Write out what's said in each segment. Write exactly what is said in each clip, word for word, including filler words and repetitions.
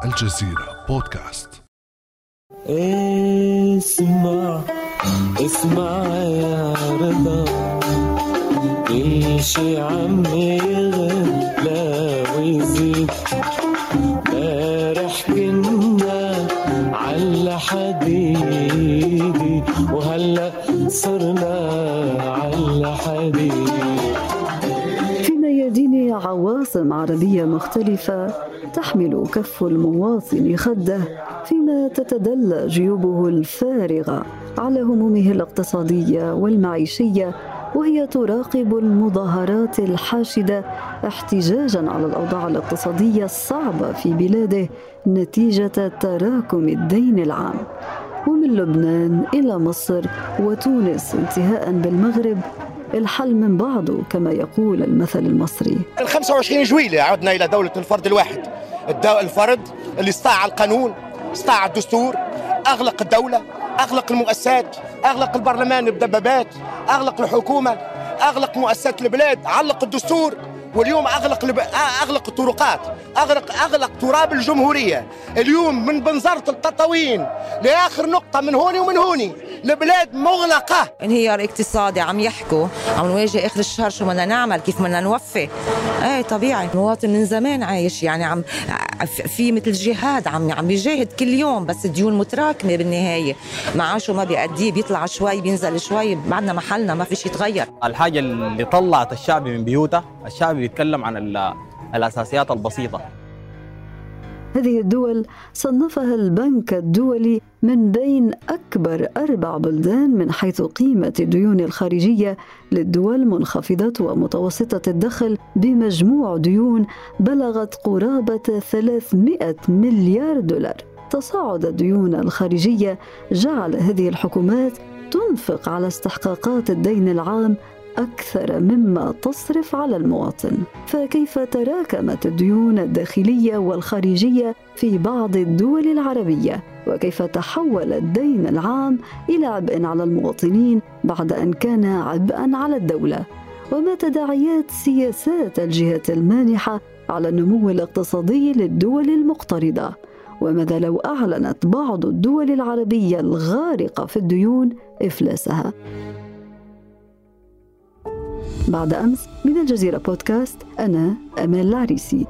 الجزيرة بودكاست. اسمع اسمع يا رضا، كل شي عم يغلى ويزيد. بارح كنا على حديدي وهلأ صرنا على حديد. في ميادين عواصم عربية مختلفة تحمل كف المواطن خده فيما تتدلى جيوبه الفارغة على همومه الاقتصادية والمعيشية، وهي تراقب المظاهرات الحاشدة احتجاجاً على الأوضاع الاقتصادية الصعبة في بلاده نتيجة تراكم الدين العام. ومن لبنان إلى مصر وتونس انتهاء بالمغرب، الحل من بعضه كما يقول المثل المصري. الخمسة وعشرين جويلة عدنا إلى دولة الفرد الواحد، الفرد اللي استطاع القانون، استطاع الدستور، أغلق الدولة، أغلق المؤسسات، أغلق البرلمان بدبابات، أغلق الحكومة، أغلق مؤسسات البلاد، علق الدستور، واليوم أغلق لب... أغلق الطرقات، أغلق أغلق تراب الجمهورية. اليوم من بنزرة التطاوين لآخر نقطة من هوني ومن هوني البلاد مغلقة. انهيار اقتصادي عم يحكوا، عم نواجه آخر الشهر شو بدنا نعمل، كيف بدنا نوفي. ايه طبيعي، المواطن من زمان عايش يعني عم في مثل جهاد، عم عم بيجاهد كل يوم، بس الديون متراكمة بالنهاية، معاشه ما بيأديه، بيطلع شوي بينزل شوي، بعدنا محلنا ما في شيء يتغير. الحاجة اللي طلعت الشعب من بيوته، الشعب بيتكلم عن الأساسيات البسيطة. هذه الدول صنفها البنك الدولي من بين أكبر أربع بلدان من حيث قيمة الديون الخارجية للدول منخفضة ومتوسطة الدخل، بمجموع ديون بلغت قرابة ثلاثمائة مليار دولار. تصاعد الديون الخارجية جعل هذه الحكومات تنفق على استحقاقات الدين العام أكثر مما تصرف على المواطن. فكيف تراكمت الديون الداخلية والخارجية في بعض الدول العربية؟ وكيف تحول الدين العام إلى عبء على المواطنين بعد أن كان عبئا على الدولة؟ وما تداعيات سياسات الجهات المانحة على النمو الاقتصادي للدول المقترضة؟ وماذا لو أعلنت بعض الدول العربية الغارقة في الديون إفلاسها؟ بعد أمس من الجزيرة بودكاست، أنا أمال العريسي.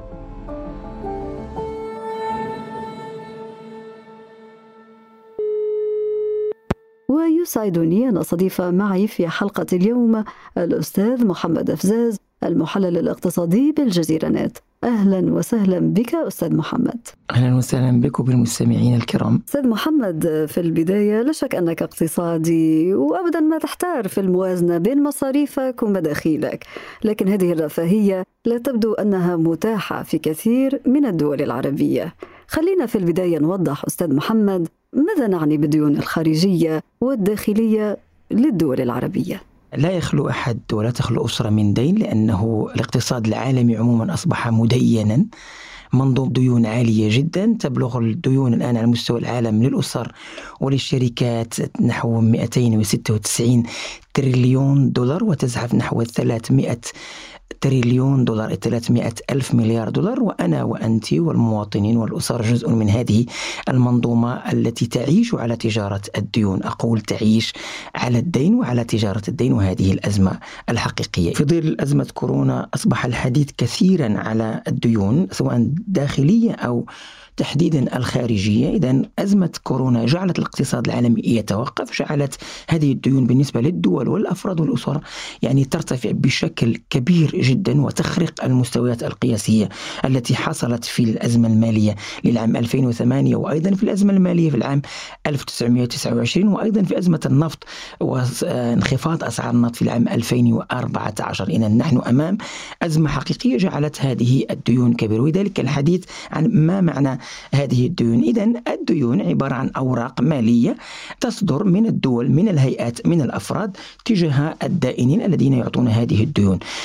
ويسعدني أن أستضيف معي في حلقة اليوم الأستاذ محمد أفزاز، المحلل الاقتصادي بالجزيرة نت. أهلا وسهلا بك أستاذ محمد. أهلا وسهلا بك وبالمستمعين الكرام. أستاذ محمد، في البداية لا شك أنك اقتصادي وأبدا ما تحتار في الموازنة بين مصاريفك ومداخيلك، لكن هذه الرفاهية لا تبدو أنها متاحة في كثير من الدول العربية. خلينا في البداية نوضح أستاذ محمد ماذا نعني بالديون الخارجية والداخلية للدول العربية. لا يخلو أحد ولا تخلو أسرة من دين، لأنه الاقتصاد العالمي عموما أصبح مدينا، منذ ديون عالية جدا تبلغ الديون الآن على مستوى العالم للأسر وللشركات نحو مئتين وستة وتسعين تريليون دولار، وتزحف نحو ثلاثمائة تريليون دولار، ثلاثمائة ألف مليار دولار. وأنا وأنت والمواطنين والأسر جزء من هذه المنظومة التي تعيش على تجارة الديون. أقول تعيش على الدين وعلى تجارة الدين، وهذه الأزمة الحقيقية. في ظل أزمة كورونا أصبح الحديث كثيرا على الديون، سواء داخلية أو تحديدا الخارجية. إذن أزمة كورونا جعلت الاقتصاد العالمي يتوقف، جعلت هذه الديون بالنسبة للدول والأفراد والأسر يعني ترتفع بشكل كبير جدا وتخرق المستويات القياسية التي حصلت في الأزمة المالية للعام ألفين وثمانية، وأيضا في الأزمة المالية في العام ألف وتسعمائة وتسعة وعشرين، وأيضا في أزمة النفط وانخفاض أسعار النفط في العام ألفين وأربعة عشر. إذن نحن أمام أزمة حقيقية جعلت هذه الديون كبيرة، ولذلك الحديث عن ما معنى هذه الديون. إذن الديون عبارة عن أوراق مالية تصدر من الدول، من الهيئات، من الأفراد تجاه الدائنين الذين يعطون هذه الديون.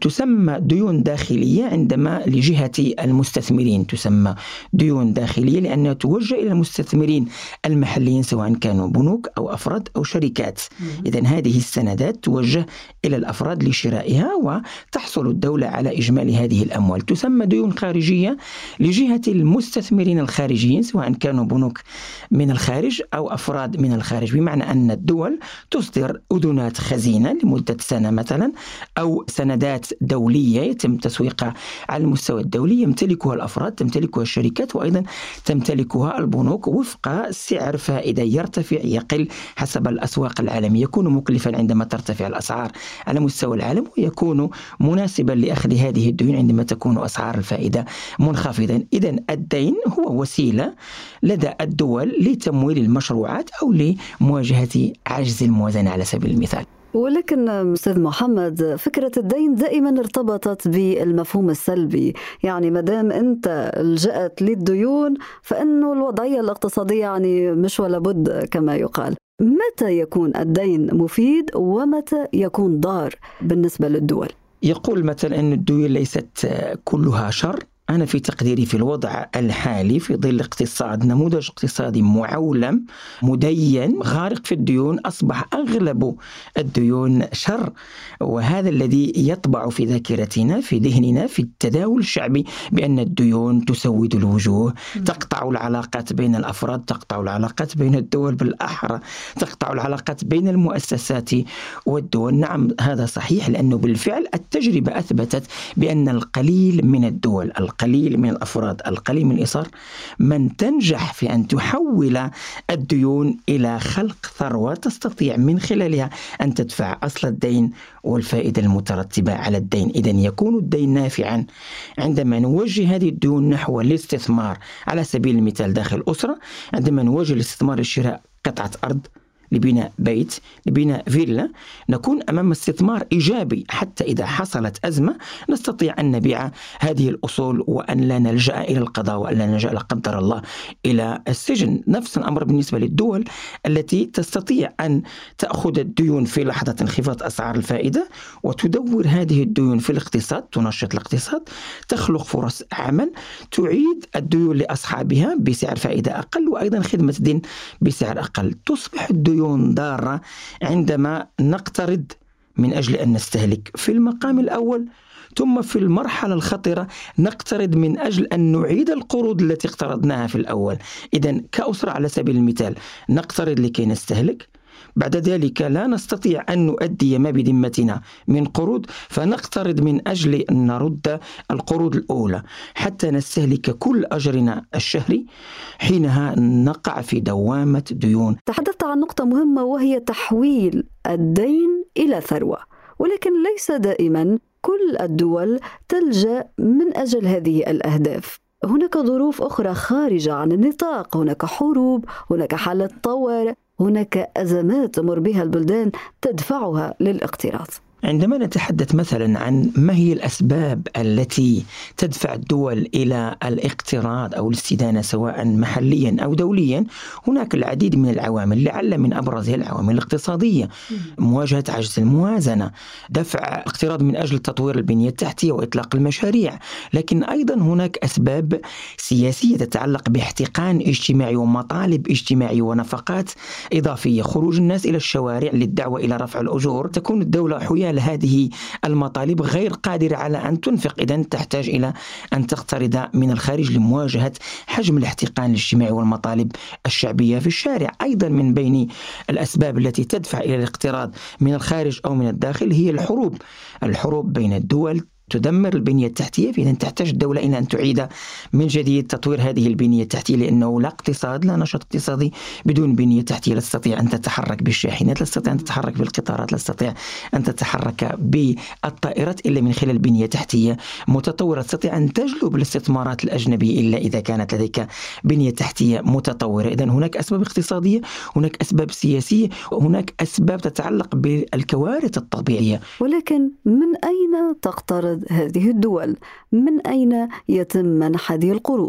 تسمى ديون داخلية عندما لجهة المستثمرين تسمى ديون داخلية لأنها توجه إلى المستثمرين المحليين سواء كانوا بنوك أو أفراد أو شركات. إذن هذه السندات توجه إلى الأفراد لشرائها وتحصل الدولة على إجمال هذه الأموال. تسمى ديون خارجية لجهة المستثمرين الخارجيين سواء كانوا بنوك من الخارج أو أفراد من الخارج، بمعنى أن الدول تصدر أذونات خزينة لمدة سنة مثلا أو سندات دولية يتم تسويقها على المستوى الدولي، يمتلكها الأفراد، تمتلكها الشركات، وأيضا تمتلكها البنوك وفق سعر فائدة يرتفع يقل حسب الأسواق العالمية، يكون مكلفا عندما ترتفع الأسعار على مستوى العالم ويكون مناسبا لأخذ هذه الديون عندما تكون أسعار الفائدة منخفضة. إذن الدين هو وسيلة لدى الدول لتمويل المشروعات أو لمواجهة عجز الموازنة على سبيل المثال. ولكن أستاذ محمد، فكرة الدين دائما ارتبطت بالمفهوم السلبي، يعني مدام أنت لجأت للديون فإنه الوضعية الاقتصادية يعني مش ولا بد كما يقال. متى يكون الدين مفيد ومتى يكون ضار بالنسبة للدول؟ يقول مثلا أن الديون ليست كلها شر. أنا في تقديري في الوضع الحالي في ظل اقتصاد نموذج اقتصادي معولم مدين غارق في الديون أصبح أغلب الديون شر، وهذا الذي يطبع في ذاكرتنا في ذهننا في التداول الشعبي بأن الديون تسود الوجوه، تقطع العلاقات بين الأفراد، تقطع العلاقات بين الدول، بالأحرى تقطع العلاقات بين المؤسسات والدول. نعم هذا صحيح، لأنه بالفعل التجربة أثبتت بأن القليل من الدول، القليل من الأفراد، القليل من الإصرار من تنجح في أن تحول الديون إلى خلق ثروة تستطيع من خلالها أن تدفع أصل الدين والفائدة المترتبة على الدين. إذن يكون الدين نافعا عندما نوجه هذه الديون نحو الاستثمار، على سبيل المثال داخل الأسرة عندما نوجه الاستثمار لشراء قطعة أرض، لبناء بيت، لبناء فيلا، نكون أمام استثمار إيجابي حتى إذا حصلت أزمة نستطيع أن نبيع هذه الأصول وأن لا نلجأ إلى القضاء وأن لا نلجأ لا قدر الله إلى السجن. نفس الأمر بالنسبة للدول التي تستطيع أن تأخذ الديون في لحظة انخفاض أسعار الفائدة وتدور هذه الديون في الاقتصاد، تنشط الاقتصاد، تخلق فرص عمل، تعيد الديون لأصحابها بسعر فائدة أقل وأيضا خدمة دين بسعر أقل. تصبح الديون ضارة عندما نقترض من أجل أن نستهلك في المقام الأول، ثم في المرحلة الخطرة نقترض من أجل أن نعيد القروض التي اقترضناها في الأول. إذن كأسرة على سبيل المثال نقترض لكي نستهلك، بعد ذلك لا نستطيع أن نؤدي ما بذمتنا من قروض فنقترض من أجل أن نرد القروض الأولى حتى نستهلك كل أجرنا الشهري، حينها نقع في دوامة ديون. تحدثت عن نقطة مهمة وهي تحويل الدين إلى ثروة، ولكن ليس دائما كل الدول تلجأ من أجل هذه الأهداف. هناك ظروف أخرى خارجة عن النطاق، هناك حروب، هناك حالة طوارئ، هناك أزمات تمر بها البلدان تدفعها للاقتراض. عندما نتحدث مثلا عن ما هي الأسباب التي تدفع الدول إلى الاقتراض أو الاستدانة سواء محليا أو دوليا، هناك العديد من العوامل، لعل من أبرزها العوامل الاقتصادية، مواجهة عجز الموازنة، دفع اقتراض من أجل تطوير البنية التحتية وإطلاق المشاريع، لكن أيضا هناك أسباب سياسية تتعلق باحتقان اجتماعي ومطالب اجتماعية ونفقات إضافية، خروج الناس إلى الشوارع للدعوة إلى رفع الأجور، تكون الدولة حيال هذه المطالب غير قادرة على أن تنفق، إذن تحتاج إلى أن تقترض من الخارج لمواجهة حجم الاحتقان الاجتماعي والمطالب الشعبية في الشارع. أيضا من بين الأسباب التي تدفع إلى الاقتراض من الخارج أو من الداخل هي الحروب، الحروب بين الدول تدمر البنية التحتية، فإذا تحتاج الدولة إلى أن تعيد من جديد تطوير هذه البنية التحتية، لأنه لا اقتصاد لا نشاط اقتصادي بدون بنية تحتية. لا تستطيع أن تتحرك بالشاحنات، لا تستطيع أن تتحرك بالقطارات، لا تستطيع أن تتحرك بالطائرات إلا من خلال بنية تحتية متطورة، تستطيع أن تجلب الاستثمارات الأجنبية إلا إذا كانت لديك بنية تحتية متطورة. إذن هناك أسباب اقتصادية، هناك أسباب سياسية، وهناك أسباب تتعلق بالكوارث الطبيعية. ولكن من أين تقترض هذه الدول؟ من أين يتم منح هذه القروض؟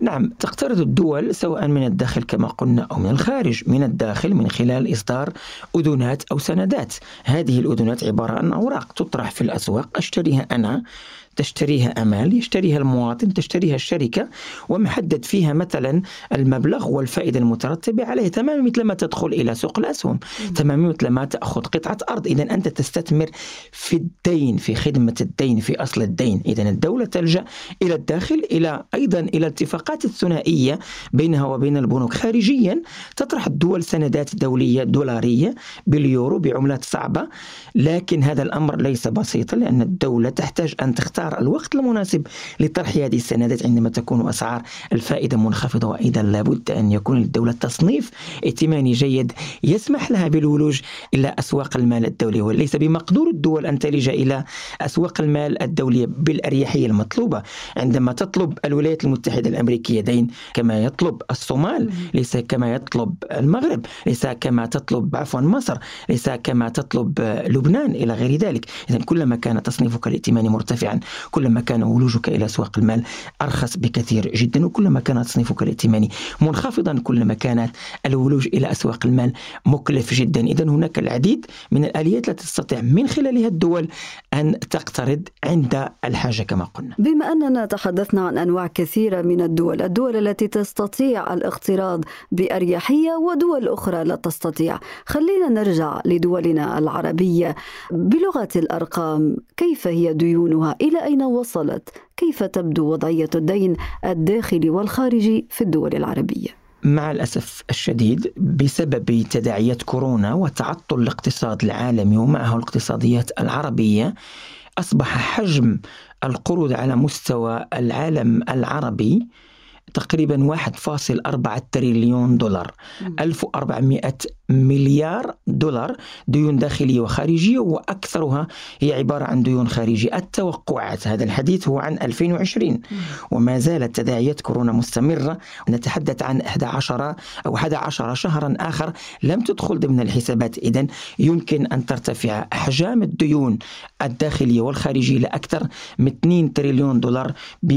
نعم، تقترض الدول سواء من الداخل كما قلنا أو من الخارج. من الداخل من خلال إصدار أذونات أو سندات. هذه الأذونات عبارة عن أوراق تطرح في الأسواق، أشتريها أنا، تشتريها أمال، يشتريها المواطن، تشتريها الشركة، ومحدد فيها مثلا المبلغ والفائدة المترتبة عليه، تماما مثل ما تدخل إلى سوق الأسهم، تماما مثل ما تأخذ قطعة أرض. إذن أنت تستثمر في الدين، في خدمة الدين، في أصل الدين. إذن الدولة تلجأ إلى الداخل، إلى أيضا إلى الاتفاقات الثنائية بينها وبين البنوك. خارجيا تطرح الدول سندات دولية دولارية باليورو بعملات صعبة، لكن هذا الأمر ليس بسيطا، لأن الدولة تحتاج أن تختار الوقت المناسب لطرح هذه السندات عندما تكون أسعار الفائدة منخفضة. وأيضا لابد أن يكون للدولة تصنيف ائتماني جيد يسمح لها بالولوج إلى أسواق المال الدولية، وليس بمقدور الدول أن تلج إلى أسواق المال الدولية بالأريحية المطلوبة. عندما تطلب الولايات المتحدة الأمريكية دين كما يطلب الصومال، ليس كما يطلب المغرب، ليس كما تطلب عفوا مصر، ليس كما تطلب لبنان إلى غير ذلك. إذن كلما كان تصنيفك الائتماني مرتفعا كلما كان ولوجك إلى أسواق المال أرخص بكثير جدا، وكلما كان تصنيفك الائتماني منخفضا كلما كانت الولوج إلى أسواق المال مكلف جدا. إذن هناك العديد من الآليات التي تستطيع من خلالها الدول أن تقترض عند الحاجة كما قلنا. بما أننا تحدثنا عن أنواع كثيرة من الدول، الدول التي تستطيع الاقتراض بأريحية ودول أخرى لا تستطيع، خلينا نرجع لدولنا العربية. بلغة الأرقام، كيف هي ديونها؟ إلى أين وصلت؟ كيف تبدو وضعية الدين الداخلي والخارجي في الدول العربية؟ مع الأسف الشديد بسبب تداعيات كورونا وتعطل الاقتصاد العالمي ومعه الاقتصاديات العربية، أصبح حجم القروض على مستوى العالم العربي تقريبا واحد فاصل أربعة تريليون دولار، ألف وأربعمائة مليار دولار ديون داخلية وخارجية، وأكثرها هي عبارة عن ديون خارجية. التوقعات، هذا الحديث هو عن ألفين وعشرين وما زالت تداعيات كورونا مستمرة، نتحدث عن أحد عشر أو أحد عشر شهرا آخر لم تدخل ضمن الحسابات. إذن يمكن أن ترتفع أحجام الديون الداخلية والخارجية لأكثر من اثنين تريليون دولار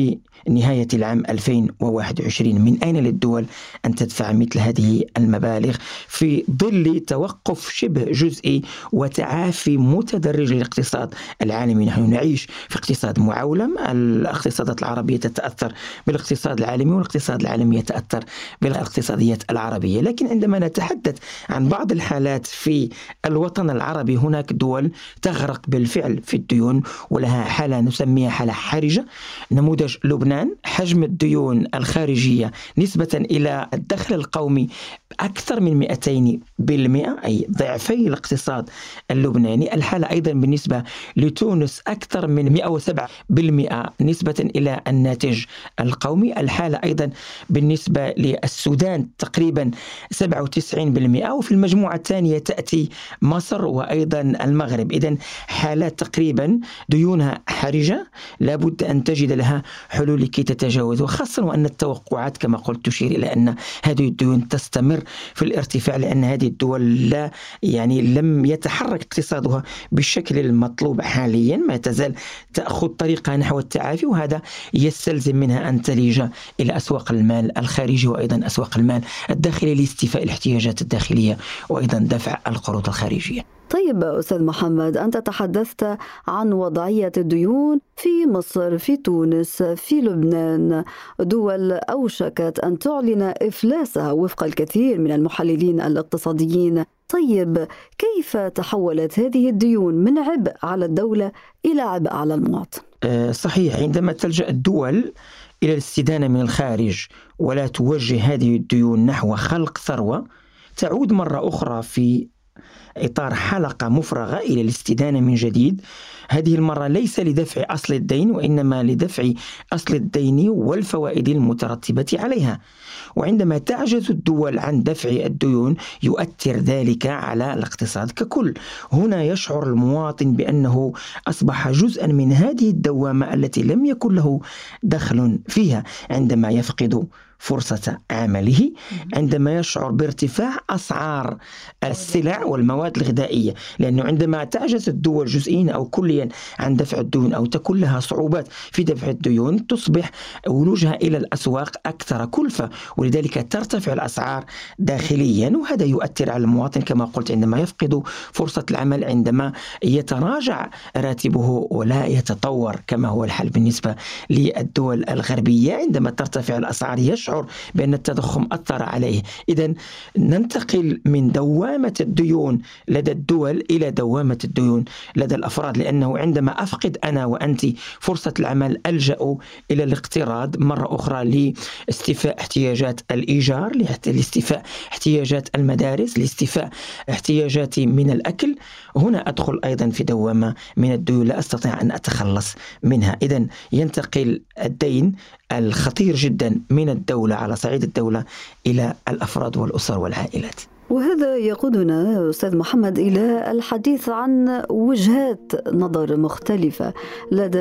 بنهاية العام ألفين وواحد وعشرين. من أين للدول أن تدفع مثل هذه المبالغ في ظل توقف شبه جزئي وتعافي متدرج للاقتصاد العالمي؟ نحن نعيش في اقتصاد معولم، الاقتصادات العربية تتأثر بالاقتصاد العالمي والاقتصاد العالمي يتأثر بالاقتصاديات العربية. لكن عندما نتحدث عن بعض الحالات في الوطن العربي، هناك دول تغرق بالفعل في الديون ولها حالة نسميها حالة حرجة. نموذج لبنان، حجم الديون الخارجية نسبة إلى الدخل القومي أكثر من مئتين بالمئة، أي ضعفي الاقتصاد اللبناني. الحالة أيضا بالنسبة لتونس أكثر من مئة وسبعة بالمئة نسبة إلى الناتج القومي. الحالة أيضا بالنسبة للسودان تقريبا سبعة وتسعين بالمئة، وفي المجموعة الثانية تأتي مصر وأيضا المغرب. إذن حالات تقريبا ديونها حرجة، لابد أن تجد لها حلول لكي تتجاوز، وخاصة وأن التوقعات كما قلت تشير إلى أن هذه الديون تستمر في الارتفاع، لأن هذه الدول لا يعني لم يتحرك اقتصادها بالشكل المطلوب حاليا، ما تزال تأخذ طريقها نحو التعافي، وهذا يستلزم منها أن تلج إلى أسواق المال الخارجي وأيضا أسواق المال الداخلي لاستيفاء الاحتياجات الداخلية وأيضا دفع القروض الخارجية. طيب أستاذ محمد، أنت تحدثت عن وضعية الديون في مصر، في تونس، في لبنان، دول أوشكت أن تعلن إفلاسها وفق الكثير من المحللين الاقتصاديين. طيب كيف تحولت هذه الديون من عبء على الدولة إلى عبء على المواطن؟ أه صحيح، عندما تلجأ الدول إلى الاستدانة من الخارج ولا توجه هذه الديون نحو خلق ثروة، تعود مرة أخرى في إطار حلقة مفرغة إلى الاستدانة من جديد، هذه المرة ليس لدفع أصل الدين وإنما لدفع أصل الدين والفوائد المترتبة عليها. وعندما تعجز الدول عن دفع الديون يؤثر ذلك على الاقتصاد ككل. هنا يشعر المواطن بأنه أصبح جزءا من هذه الدوامة التي لم يكن له دخل فيها. عندما يفقد فرصة عمله عندما يشعر بارتفاع أسعار السلع والمواد الغذائية، لأنه عندما تعجز الدول جزئيا أو كليا عن دفع الديون أو تكون لها صعوبات في دفع الديون تصبح ولوجها إلى الأسواق أكثر كلفة، ولذلك ترتفع الأسعار داخليا، وهذا يؤثر على المواطن كما قلت عندما يفقد فرصة العمل، عندما يتراجع راتبه ولا يتطور كما هو الحال بالنسبة للدول الغربية. عندما ترتفع الأسعار يشعر بأن التضخم أثر عليه. إذن ننتقل من دوامة الديون لدى الدول إلى دوامة الديون لدى الأفراد، لأنه عندما أفقد أنا وأنت فرصة العمل ألجأ إلى الاقتراض مرة أخرى لاستيفاء احتياجات الإيجار، لاستيفاء احتياجات المدارس، لاستيفاء احتياجاتي من الأكل. هنا أدخل أيضا في دوامة من الديون لا أستطيع أن أتخلص منها. إذن ينتقل الدين الخطير جدا من الدولة على صعيد الدولة إلى الأفراد والأسر والعائلات. وهذا يقودنا أستاذ محمد إلى الحديث عن وجهات نظر مختلفة لدى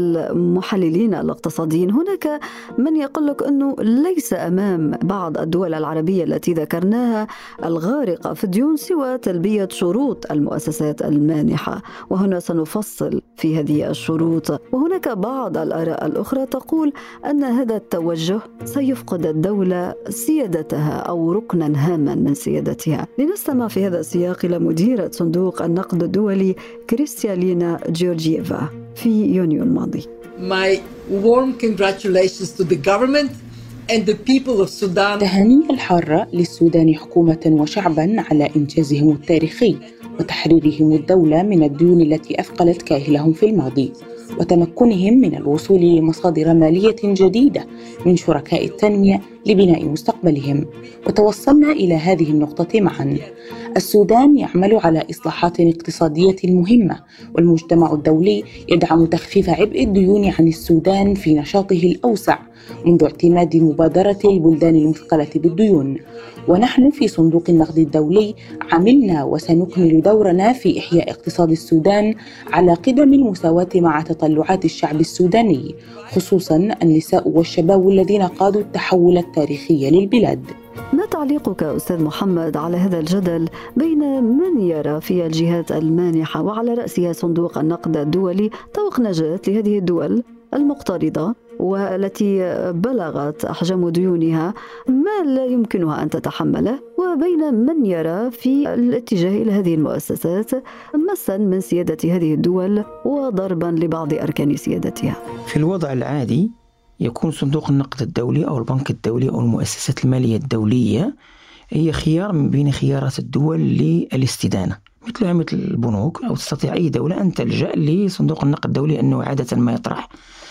المحللين الاقتصاديين. هناك من يقول لك أنه ليس أمام بعض الدول العربية التي ذكرناها الغارقة في الديون سوى تلبية شروط المؤسسات المانحة، وهنا سنفصل في هذه الشروط. وهناك بعض الآراء الأخرى تقول أن هذا التوجه سيفقد الدولة سيادتها أو ركنا هاما من سيادتها. لنستمع في هذا السياق إلى مديرة صندوق النقد الدولي كريستالينا جورجييفا في يونيو الماضي. My warm congratulations to the government and the people of Sudan. تهاني الحارة للسودان حكومة وشعبا على إنجازهم التاريخي وتحريرهم الدولة من الديون التي أثقلت كاهلهم في الماضي، وتمكنهم من الوصول لمصادر مالية جديدة من شركاء التنمية لبناء مستقبلهم. وتوصلنا إلى هذه النقطة معا. السودان يعمل على إصلاحات اقتصادية مهمة، والمجتمع الدولي يدعم تخفيف عبء الديون عن السودان في نشاطه الأوسع منذ اعتماد مبادرة البلدان المثقلة بالديون. ونحن في صندوق النقد الدولي عملنا وسنكمل دورنا في إحياء اقتصاد السودان على قدم المساواة مع تطلعات الشعب السوداني، خصوصا النساء والشباب الذين قادوا التحول التاريخي للبلاد. ما تعليقك أستاذ محمد على هذا الجدل بين من يرى في الجهات المانحة وعلى رأسها صندوق النقد الدولي طوق نجاة لهذه الدول المقترضة والتي بلغت أحجام ديونها ما لا يمكنها أن تتحمله، وبين من يرى في الاتجاه إلى هذه المؤسسات مسا من سيادة هذه الدول وضربا لبعض أركان سيادتها؟ في الوضع العادي يكون صندوق النقد الدولي أو البنك الدولي أو المؤسسات المالية الدولية هي خيار من بين خيارات الدول للاستدانة، مثلها مثل البنوك، أو تستطيع أي دولة أن تلجأ لصندوق النقد الدولي أنه عادة ما يطرح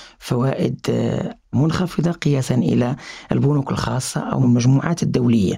فوائد منخفضة قياسا إلى البنوك الخاصة أو المجموعات الدولية.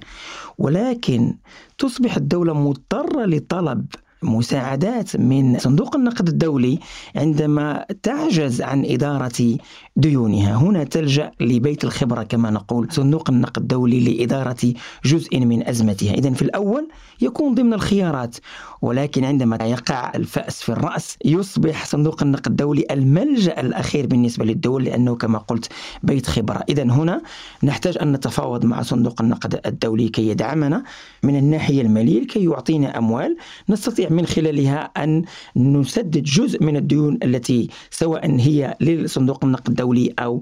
ولكن تصبح الدولة مضطرة لطلب مساعدات من صندوق النقد الدولي عندما تعجز عن إدارة ديونها. هنا تلجأ لبيت الخبرة كما نقول صندوق النقد الدولي لإدارة جزء من أزمتها. إذن في الأول يكون ضمن الخيارات، ولكن عندما يقع الفأس في الرأس يصبح صندوق النقد الدولي الملجأ الأخير بالنسبة للدول، لأنه كما قلت بيت خبرة. إذن هنا نحتاج أن نتفاوض مع صندوق النقد الدولي كي يدعمنا من الناحية المالية، كي يعطينا أموال نستطيع من خلالها أن نسدد جزء من الديون التي سواء هي للصندوق النقد الدولي أو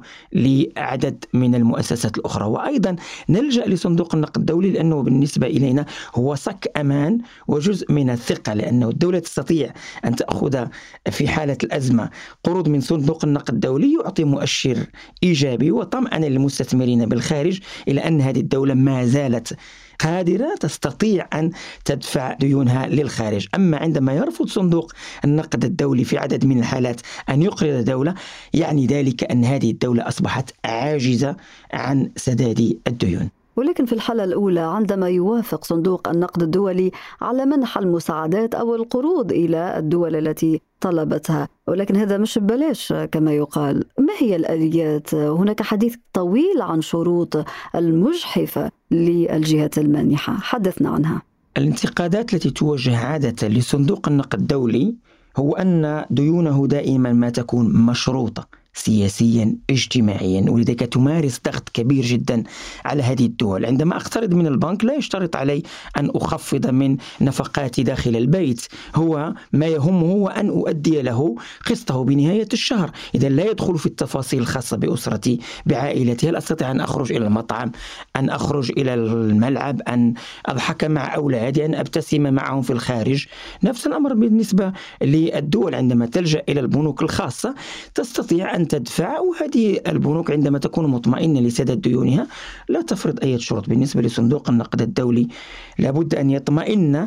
لعدد من المؤسسات الأخرى. وأيضا نلجأ لصندوق النقد الدولي لأنه بالنسبة إلينا هو صك أمان وجزء من الثقة، لأنه الدولة تستطيع أن تأخذ في حالة الأزمة قروض من صندوق النقد الدولي يعطي مؤشر إيجابي وطمأنة للمستثمرين بالخارج إلى أن هذه الدولة ما زالت قادرة تستطيع أن تدفع ديونها للخارج. أما عندما يرفض صندوق النقد الدولي في عدد من الحالات أن يقرض دولة، يعني ذلك أن هذه الدولة أصبحت عاجزة عن سداد الديون. ولكن في الحالة الأولى عندما يوافق صندوق النقد الدولي على منح المساعدات أو القروض إلى الدول التي طلبتها، ولكن هذا مش ببلاش كما يقال. ما هي الآليات؟ هناك حديث طويل عن شروط المجحفة للجهات المانحة، حدثنا عنها. الانتقادات التي توجه عادة لصندوق النقد الدولي هو أن ديونه دائما ما تكون مشروطة، سياسيا اجتماعيا، ولذلك تمارس ضغط كبير جدا على هذه الدول. عندما أقترض من البنك لا يشترط علي أن أخفض من نفقاتي داخل البيت، هو ما يهمه هو أن أؤدي له قسطه بنهاية الشهر. إذا لا يدخل في التفاصيل الخاصة بأسرتي بعائلتي، هل أستطيع أن أخرج إلى المطعم، أن أخرج إلى الملعب، أن أضحك مع أولادي، أن أبتسم معهم في الخارج. نفس الأمر بالنسبة للدول، عندما تلجأ إلى البنوك الخاصة تستطيع أن تدفع، وهذه البنوك عندما تكون مطمئنة لسداد ديونها لا تفرض أي شروط. بالنسبة لصندوق النقد الدولي لابد أن يطمئن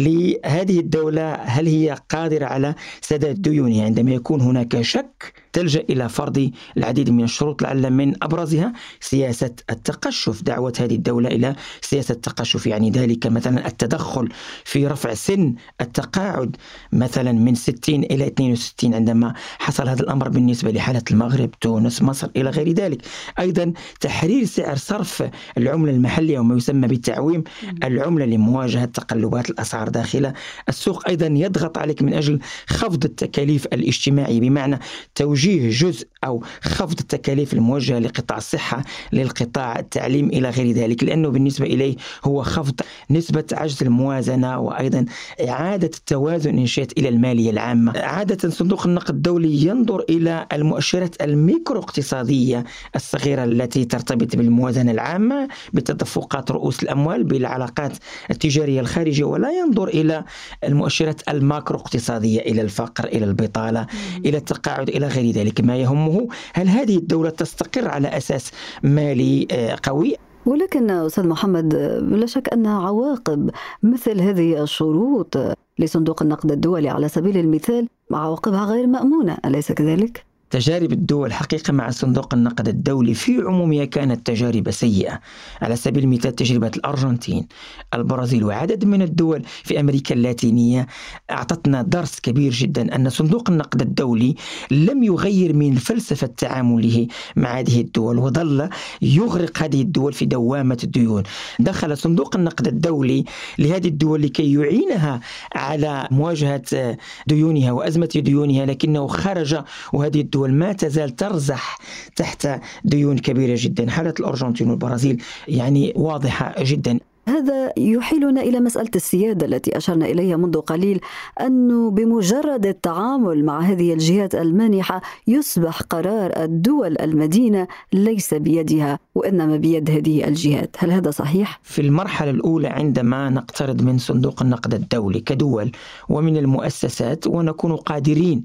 لهذه الدولة هل هي قادرة على سداد ديونها. عندما يكون هناك شك تلجأ إلى فرض العديد من الشروط، لعل من أبرزها سياسة التقشف، دعوة هذه الدولة إلى سياسة التقشف، يعني ذلك مثلا التدخل في رفع سن التقاعد مثلا من ستين إلى اثنين وستين عندما حصل هذا الأمر بالنسبة لحالة المغرب، تونس، مصر إلى غير ذلك. أيضا تحرير سعر صرف العملة المحلية وما يسمى بالتعويم العملة لمواجهة تقلبات الأسعار داخل السوق. أيضا يضغط عليك من أجل خفض التكاليف الاجتماعية، بمعنى توجيه جزء أو خفض التكاليف الموجهة لقطاع الصحة، للقطاع التعليم إلى غير ذلك، لأنه بالنسبة إليه هو خفض نسبة عجز الموازنة، وأيضا إعادة التوازن إن شئت إلى المالية العامة. عادة صندوق النقد الدولي ينظر إلى المؤشرات الميكرو اقتصادية الصغيرة التي ترتبط بالموازنة العامة، بتدفقات رؤوس الأموال، بالعلاقات التجارية الخارجية، ولا ينظر إلى المؤشرات الماكرو اقتصادية، إلى الفقر، إلى البطالة، إلى التقاعد إلى غير ذلك. ما يهمه هل هذه الدولة تستقر على أساس مالي قوي. ولكن أستاذ محمد، لا شك أن عواقب مثل هذه الشروط لصندوق النقد الدولي على سبيل المثال عواقبها غير مأمونة، أليس كذلك؟ تجارب الدول حقيقة مع صندوق النقد الدولي في عمومها كانت تجارب سيئة. على سبيل المثال تجربة الأرجنتين، البرازيل، وعدد من الدول في أمريكا اللاتينية أعطتنا درس كبير جدا أن صندوق النقد الدولي لم يغير من فلسفة تعامله مع هذه الدول، وظل يغرق هذه الدول في دوامة الديون. دخل صندوق النقد الدولي لهذه الدول لكي يعينها على مواجهة ديونها وأزمة ديونها، لكنه خرج وهذه الدول ما تزال ترزح تحت ديون كبيرة جدا. حالة الأرجنتين والبرازيل يعني واضحة جدا. هذا يحيلنا إلى مسألة السيادة التي أشرنا إليها منذ قليل، أنه بمجرد التعامل مع هذه الجهات المانحة يصبح قرار الدول المدينة ليس بيدها وإنما بيد هذه الجهات. هل هذا صحيح؟ في المرحلة الأولى عندما نقترض من صندوق النقد الدولي كدول ومن المؤسسات ونكون قادرين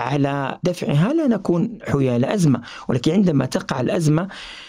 على دفعها لا نكون حيال أزمة، ولكن عندما تقع الأزمة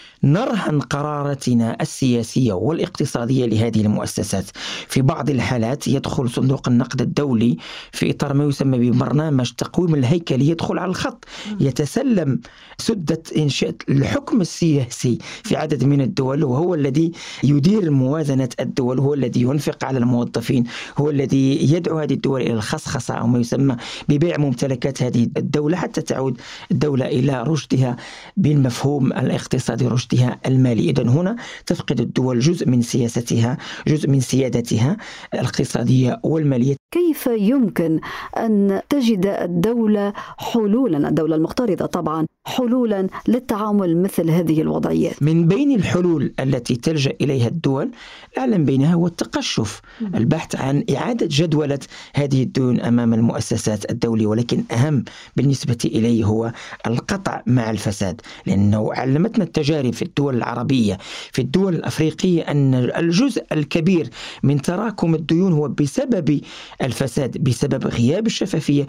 نرهن قراراتنا السياسية والاقتصادية لهذه المؤسسات. في بعض الحالات يدخل صندوق النقد الدولي في إطار ما يسمى ببرنامج تقويم الهيكلي، يدخل على الخط، يتسلم سدة إنشاء الحكم السياسي في عدد من الدول، وهو الذي يدير موازنة الدول، هو الذي ينفق على الموظفين، هو الذي يدعو هذه الدول إلى الخصخصة أو ما يسمى ببيع ممتلكات هذه الدولة حتى تعود الدولة إلى رشدها بالمفهوم الاقتصادي، رشد المالي. إذن هنا تفقد الدول جزء من سياستها، جزء من سيادتها الاقتصادية والمالية. كيف يمكن أن تجد الدولة حلولا، الدولة المقترضة طبعا، حلولا للتعامل مثل هذه الوضعيات؟ من بين الحلول التي تلجأ إليها الدول الأعلم بينها هو التقشف، البحث عن إعادة جدولة هذه الديون أمام المؤسسات الدولية، ولكن أهم بالنسبة إليه هو القطع مع الفساد، لأنه علمتنا التجارب في الدول العربية، في الدول الأفريقية، أن الجزء الكبير من تراكم الديون هو بسبب الفساد، بسبب غياب الشفافية،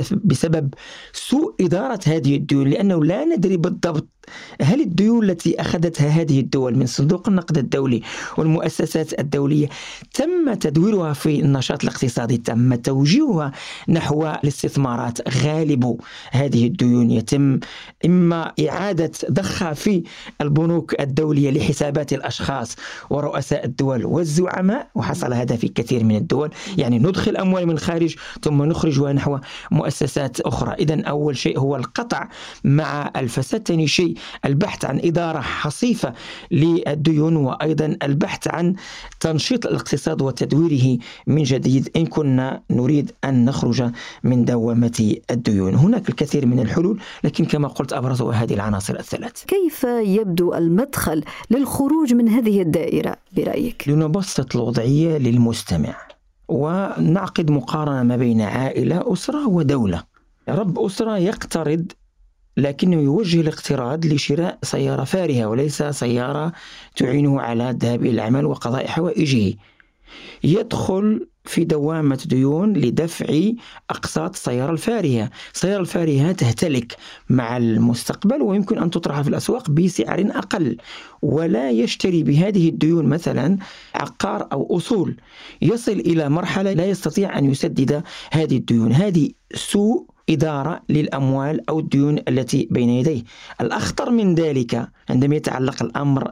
بسبب سوء إدارة هذه الديون، لأنه لا ندري بالضبط هل الديون التي أخذتها هذه الدول من صندوق النقد الدولي والمؤسسات الدولية تم تدويرها في النشاط الاقتصادي، تم توجيهها نحو الاستثمارات. غالب هذه الديون يتم إما إعادة ضخها في البنوك الدولية لحسابات الأشخاص ورؤساء الدول والزعماء، وحصل هذا في كثير من الدول، يعني ندخل الأموال من الخارج ثم نخرجها نحو مؤسسات أخرى. إذن أول شيء هو القطع مع الفساد. ثاني شيء البحث عن إدارة حصيفة للديون، وأيضا البحث عن تنشيط الاقتصاد وتدويره من جديد إن كنا نريد أن نخرج من دوامة الديون. هناك الكثير من الحلول، لكن كما قلت أبرزها هذه العناصر الثلاث. كيف يبدو المدخل للخروج من هذه الدائرة برأيك؟ لنبسط الوضعية للمستمع ونعقد مقارنة ما بين عائلة، أسرة ودولة. رب أسرة يقترض لكنه يوجه الاقتراض لشراء سيارة فارهة وليس سيارة تعينه على الذهاب إلى العمل وقضاء حوائجه. يدخل في دوامة ديون لدفع أقساط السيارة الفارهة. السيارة الفارهة تهتلك مع المستقبل ويمكن أن تطرح في الأسواق بسعر أقل، ولا يشتري بهذه الديون مثلا عقار أو أصول. يصل إلى مرحلة لا يستطيع أن يسدد هذه الديون. هذه سوء إدارة للأموال أو الديون التي بين يديه. الأخطر من ذلك عندما يتعلق الأمر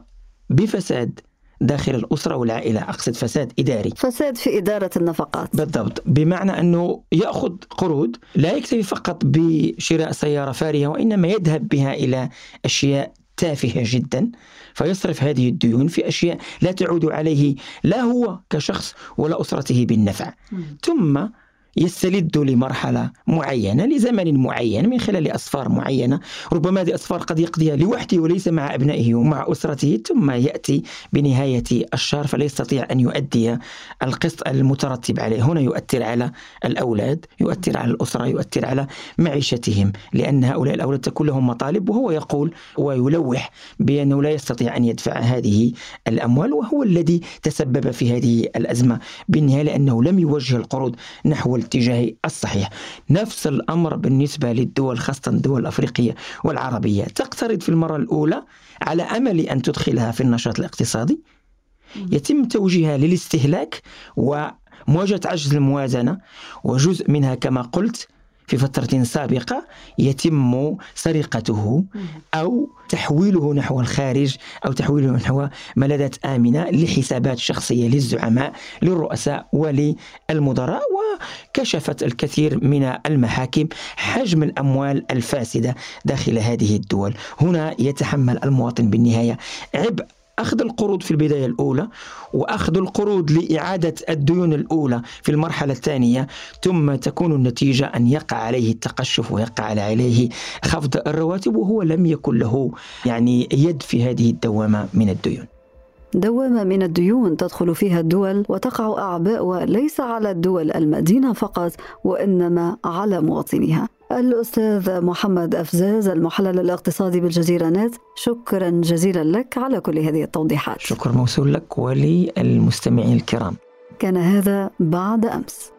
بفساد داخل الأسرة والعائلة، أقصد فساد إداري، فساد في إدارة النفقات بالضبط، بمعنى أنه يأخذ قروض لا يكتفي فقط بشراء سيارة فارهة، وإنما يذهب بها إلى أشياء تافهة جدا، فيصرف هذه الديون في أشياء لا تعود عليه لا هو كشخص ولا أسرته بالنفع. م. ثم يستلد لمرحلة معينة لزمن معين من خلال أسفار معينة، ربما هذه أسفار قد يقضيها لوحده وليس مع أبنائه ومع أسرته، ثم يأتي بنهاية الشهر فلا يستطيع أن يؤدي القسط المترتب عليه. هنا يؤثر على الأولاد، يؤثر على الأسرة، يؤثر على معيشتهم، لأن هؤلاء الأولاد تكون لهم مطالب، وهو يقول ويلوح بأنه لا يستطيع أن يدفع هذه الأموال، وهو الذي تسبب في هذه الأزمة بالنهاية لأنه لم يوجه القروض نحو الاتجاه الصحيح. نفس الأمر بالنسبة للدول، خاصة الدول الأفريقية والعربية، تقترض في المرة الأولى على أمل أن تدخلها في النشاط الاقتصادي، يتم توجيهها للاستهلاك ومواجهة عجز الموازنة، وجزء منها كما قلت في فترة سابقة يتم سرقته أو تحويله نحو الخارج أو تحويله نحو ملاذات آمنة لحسابات شخصية للزعماء للرؤساء وللمدراء. وكشفت الكثير من المحاكم حجم الأموال الفاسدة داخل هذه الدول. هنا يتحمل المواطن بالنهاية عبء أخذ القروض في البداية الأولى، وأخذ القروض لإعادة الديون الأولى في المرحلة الثانية، ثم تكون النتيجة أن يقع عليه التقشف ويقع عليه خفض الرواتب، وهو لم يكن له يعني يد في هذه الدوامة من الديون. دوامة من الديون تدخل فيها الدول وتقع أعباء ليس على الدول المدينة فقط وإنما على مواطنيها. الأستاذ محمد أفزاز المحلل الاقتصادي بالجزيرة نت، شكرا جزيلا لك على كل هذه التوضيحات. شكر موصول لك وللمستمعين الكرام. كان هذا بعد أمس.